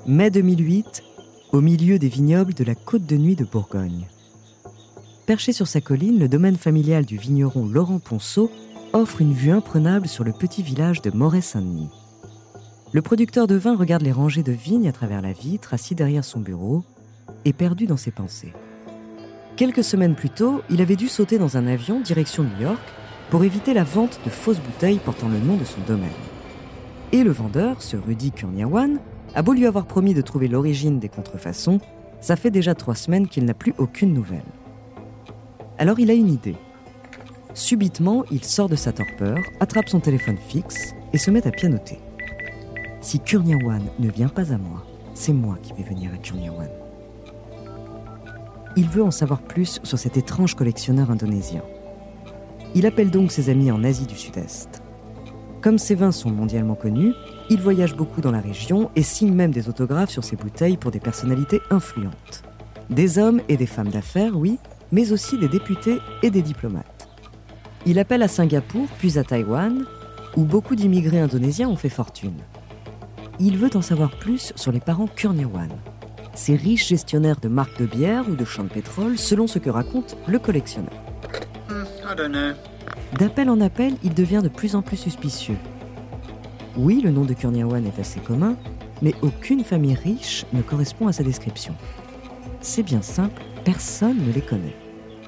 Mai 2008, au milieu des vignobles de la Côte de Nuit de Bourgogne. Perché sur sa colline, le domaine familial du vigneron Laurent Ponceau offre une vue imprenable sur le petit village de Moret-Saint-Denis. Le producteur de vin regarde les rangées de vignes à travers la vitre, assis derrière son bureau, et perdu dans ses pensées. Quelques semaines plus tôt, il avait dû sauter dans un avion direction New York pour éviter la vente de fausses bouteilles portant le nom de son domaine. Et le vendeur, ce Rudy Kurniawan, a beau lui avoir promis de trouver l'origine des contrefaçons, ça fait déjà 3 semaines qu'il n'a plus aucune nouvelle. Alors il a une idée. Subitement, il sort de sa torpeur, attrape son téléphone fixe et se met à pianoter. Si Kurniawan ne vient pas à moi, c'est moi qui vais venir à Kurniawan. Il veut en savoir plus sur cet étrange collectionneur indonésien. Il appelle donc ses amis en Asie du Sud-Est. Comme ses vins sont mondialement connus, il voyage beaucoup dans la région et signe même des autographes sur ses bouteilles pour des personnalités influentes. Des hommes et des femmes d'affaires, oui, mais aussi des députés et des diplomates. Il appelle à Singapour, puis à Taïwan, où beaucoup d'immigrés indonésiens ont fait fortune. Il veut en savoir plus sur les parents Kurniawan, ces riches gestionnaires de marques de bière ou de champs de pétrole, selon ce que raconte le collectionneur. D'appel en appel, il devient de plus en plus suspicieux. Oui, le nom de Kurniawan est assez commun, mais aucune famille riche ne correspond à sa description. C'est bien simple, personne ne les connaît.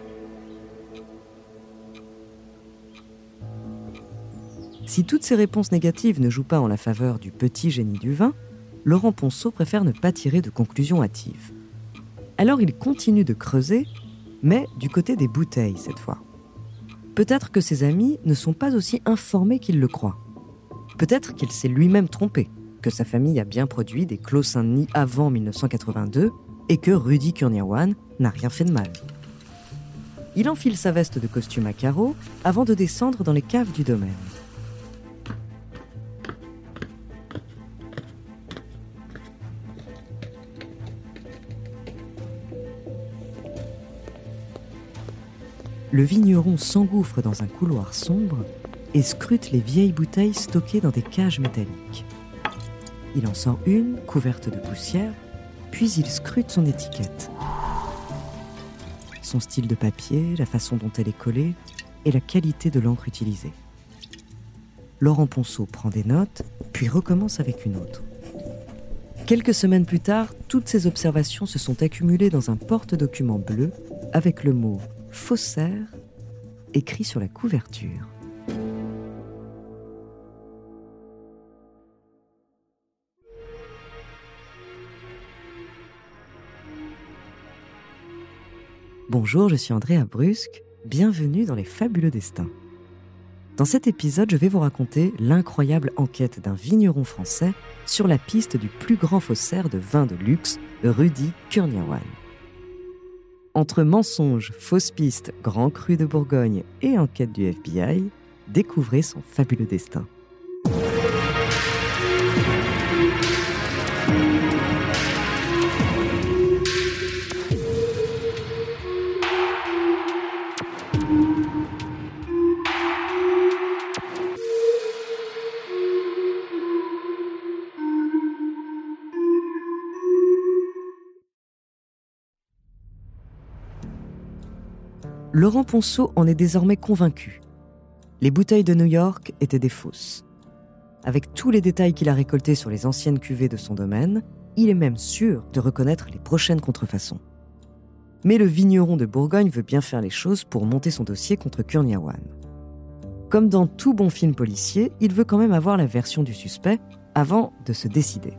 Si toutes ces réponses négatives ne jouent pas en la faveur du petit génie du vin, Laurent Ponceau préfère ne pas tirer de conclusions hâtives. Alors il continue de creuser, mais du côté des bouteilles cette fois. Peut-être que ses amis ne sont pas aussi informés qu'il le croit. Peut-être qu'il s'est lui-même trompé, que sa famille a bien produit des Clos Saint-Denis avant 1982 et que Rudy Kurniawan n'a rien fait de mal. Il enfile sa veste de costume à carreaux avant de descendre dans les caves du domaine. Le vigneron s'engouffre dans un couloir sombre et scrute les vieilles bouteilles stockées dans des cages métalliques. Il en sort une, couverte de poussière, puis il scrute son étiquette. Son style de papier, la façon dont elle est collée et la qualité de l'encre utilisée. Laurent Ponceau prend des notes, puis recommence avec une autre. Quelques semaines plus tard, toutes ces observations se sont accumulées dans un porte-document bleu avec le mot « faussaire » écrit sur la couverture. Bonjour, je suis Andrea Brusque, bienvenue dans Les Fabuleux Destins. Dans cet épisode, je vais vous raconter l'incroyable enquête d'un vigneron français sur la piste du plus grand faussaire de vin de luxe, Rudy Kurniawan. Entre mensonges, fausses pistes, grands crus de Bourgogne et enquête du FBI, découvrez son fabuleux destin. Laurent Ponceau en est désormais convaincu. Les bouteilles de New York étaient des fausses. Avec tous les détails qu'il a récoltés sur les anciennes cuvées de son domaine, il est même sûr de reconnaître les prochaines contrefaçons. Mais le vigneron de Bourgogne veut bien faire les choses pour monter son dossier contre Kurniawan. Comme dans tout bon film policier, il veut quand même avoir la version du suspect avant de se décider.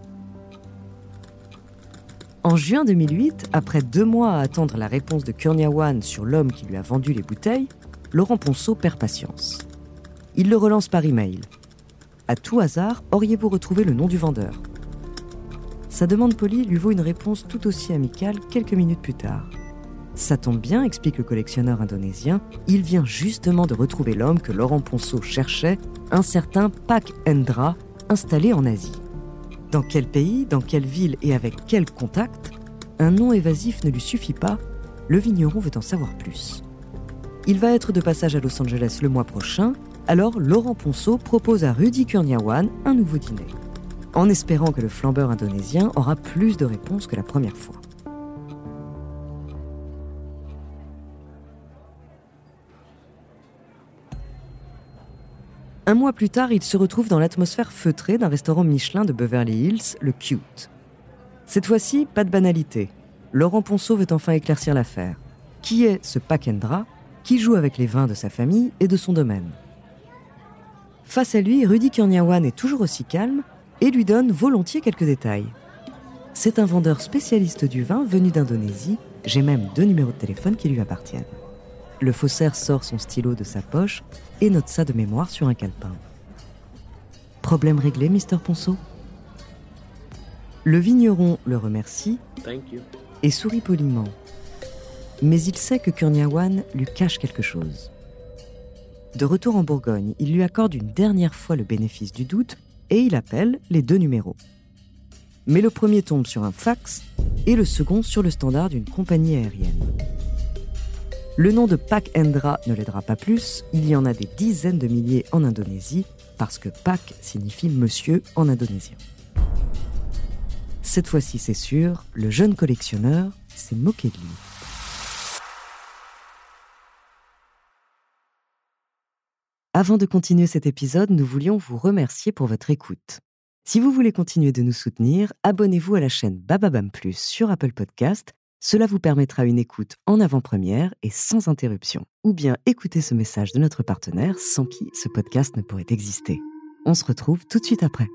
En juin 2008, après 2 mois à attendre la réponse de Kurniawan sur l'homme qui lui a vendu les bouteilles, Laurent Ponceau perd patience. Il le relance par email. À tout hasard, auriez-vous retrouvé le nom du vendeur ? Sa demande polie lui vaut une réponse tout aussi amicale quelques minutes plus tard. Ça tombe bien, explique le collectionneur indonésien, il vient justement de retrouver l'homme que Laurent Ponceau cherchait, un certain Pak Endra, installé en Asie. Dans quel pays, dans quelle ville et avec quel contact ? Un nom évasif ne lui suffit pas, le vigneron veut en savoir plus. Il va être de passage à Los Angeles le mois prochain, alors Laurent Ponceau propose à Rudy Kurniawan un nouveau dîner. en espérant que le flambeur indonésien aura plus de réponses que la première fois. Un mois plus tard, il se retrouve dans l'atmosphère feutrée d'un restaurant Michelin de Beverly Hills, le Cute. Cette fois-ci, pas de banalité. Laurent Ponceau veut enfin éclaircir l'affaire. Qui est ce Pakendra qui joue avec les vins de sa famille et de son domaine? Face à lui, Rudy Kurniawan est toujours aussi calme et lui donne volontiers quelques détails. C'est un vendeur spécialiste du vin venu d'Indonésie. J'ai même 2 numéros de téléphone qui lui appartiennent. Le faussaire sort son stylo de sa poche et note ça de mémoire sur un calepin. Problème réglé, Mr. Ponceau? Le vigneron le remercie et sourit poliment. Mais il sait que Kurniawan lui cache quelque chose. De retour en Bourgogne, il lui accorde une dernière fois le bénéfice du doute et il appelle les 2 numéros. Mais le premier tombe sur un fax et le second sur le standard d'une compagnie aérienne. Le nom de Pakendra ne l'aidera pas plus, il y en a des dizaines de milliers en Indonésie, parce que Pak signifie monsieur en indonésien. Cette fois-ci, c'est sûr, le jeune collectionneur s'est moqué de lui. Avant de continuer cet épisode, nous voulions vous remercier pour votre écoute. Si vous voulez continuer de nous soutenir, abonnez-vous à la chaîne Bababam Plus sur Apple Podcast. Cela vous permettra une écoute en avant-première et sans interruption. Ou bien écoutez ce message de notre partenaire sans qui ce podcast ne pourrait exister. On se retrouve tout de suite après.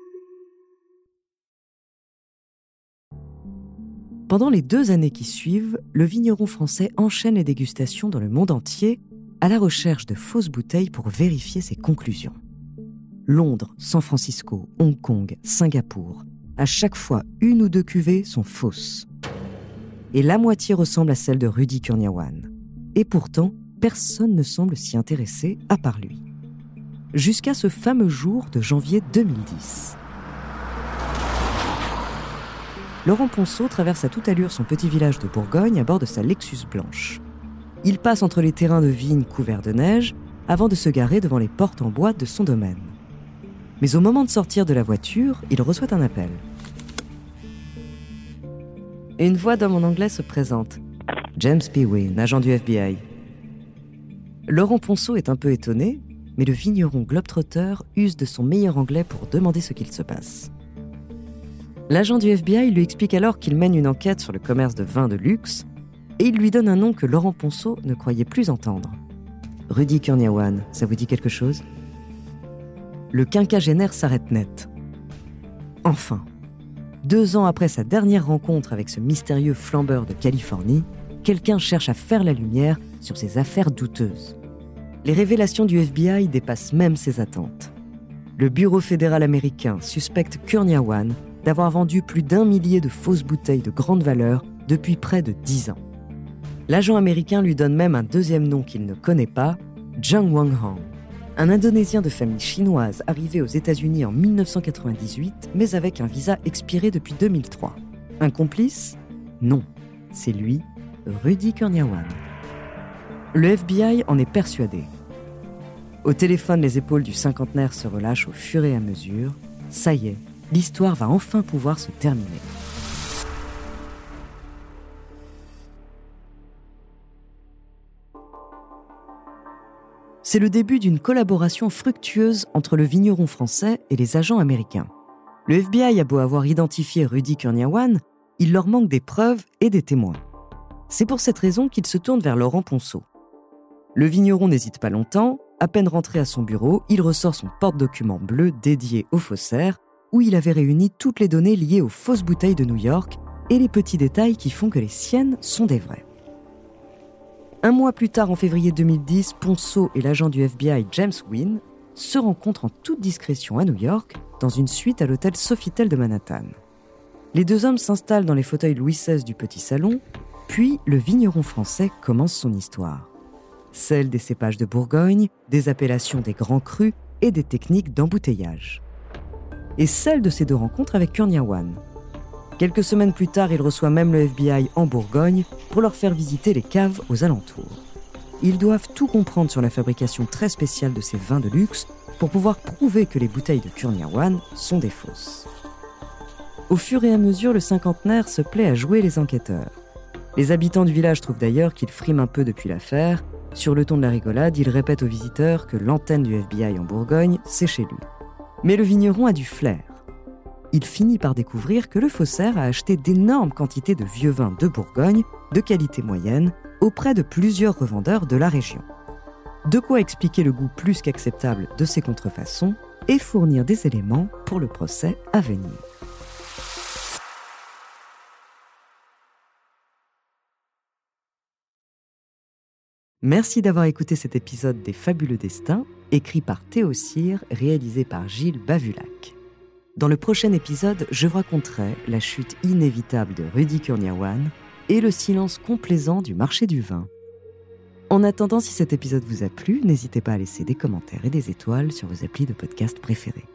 Pendant les 2 années qui suivent, le vigneron français enchaîne les dégustations dans le monde entier à la recherche de fausses bouteilles pour vérifier ses conclusions. Londres, San Francisco, Hong Kong, Singapour. À chaque fois, 1 ou 2 cuvées sont fausses. Et la moitié ressemble à celle de Rudy Kurniawan. Et pourtant, personne ne semble s'y intéresser à part lui. Jusqu'à ce fameux jour de janvier 2010. Laurent Ponceau traverse à toute allure son petit village de Bourgogne à bord de sa Lexus blanche. Il passe entre les terrains de vignes couverts de neige avant de se garer devant les portes en bois de son domaine. Mais au moment de sortir de la voiture, il reçoit un appel. Et une voix d'homme en anglais se présente. James P. Wynne, agent du FBI. Laurent Ponceau est un peu étonné, mais le vigneron globetrotter use de son meilleur anglais pour demander ce qu'il se passe. L'agent du FBI lui explique alors qu'il mène une enquête sur le commerce de vins de luxe et il lui donne un nom que Laurent Ponceau ne croyait plus entendre. Rudy Kurniawan, ça vous dit quelque chose? Le quinquagénaire s'arrête net. Enfin, 2 ans après sa dernière rencontre avec ce mystérieux flambeur de Californie, quelqu'un cherche à faire la lumière sur ses affaires douteuses. Les révélations du FBI dépassent même ses attentes. Le Bureau fédéral américain suspecte Kurniawan d'avoir vendu plus d'1 millier de fausses bouteilles de grande valeur depuis près de 10 ans. L'agent américain lui donne même un 2e nom qu'il ne connaît pas, Zhang Wanghang, un Indonésien de famille chinoise arrivé aux États-Unis en 1998, mais avec un visa expiré depuis 2003. Un complice? Non, c'est lui, Rudy Kurniawan. Le FBI en est persuadé. Au téléphone, les épaules du cinquantenaire se relâchent au fur et à mesure. Ça y est, l'histoire va enfin pouvoir se terminer. C'est le début d'une collaboration fructueuse entre le vigneron français et les agents américains. Le FBI a beau avoir identifié Rudy Kurniawan, il leur manque des preuves et des témoins. C'est pour cette raison qu'ils se tournent vers Laurent Ponceau. Le vigneron n'hésite pas longtemps. À peine rentré à son bureau, il ressort son porte-documents bleu dédié aux faussaires, où il avait réuni toutes les données liées aux fausses bouteilles de New York et les petits détails qui font que les siennes sont des vraies. 1 mois plus tard, en février 2010, Ponceau et l'agent du FBI James Wynne se rencontrent en toute discrétion à New York, dans une suite à l'hôtel Sofitel de Manhattan. Les 2 hommes s'installent dans les fauteuils Louis XVI du petit salon, puis le vigneron français commence son histoire. Celle des cépages de Bourgogne, des appellations des grands crus et des techniques d'embouteillage. Et celle de ces 2 rencontres avec Kurniawan. Quelques semaines plus tard, il reçoit même le FBI en Bourgogne pour leur faire visiter les caves aux alentours. Ils doivent tout comprendre sur la fabrication très spéciale de ces vins de luxe pour pouvoir prouver que les bouteilles de Kurnyawan sont des fausses. Au fur et à mesure, le cinquantenaire se plaît à jouer les enquêteurs. Les habitants du village trouvent d'ailleurs qu'il frime un peu depuis l'affaire. Sur le ton de la rigolade, il répète aux visiteurs que l'antenne du FBI en Bourgogne, c'est chez lui. Mais le vigneron a du flair. Il finit par découvrir que le faussaire a acheté d'énormes quantités de vieux vins de Bourgogne, de qualité moyenne, auprès de plusieurs revendeurs de la région. De quoi expliquer le goût plus qu'acceptable de ces contrefaçons et fournir des éléments pour le procès à venir. Merci d'avoir écouté cet épisode des Fabuleux Destins, écrit par Théo Cyr, réalisé par Gilles Bavulac. Dans le prochain épisode, je vous raconterai la chute inévitable de Rudy Kurnyawan et le silence complaisant du marché du vin. En attendant, si cet épisode vous a plu, n'hésitez pas à laisser des commentaires et des étoiles sur vos applis de podcast préférés.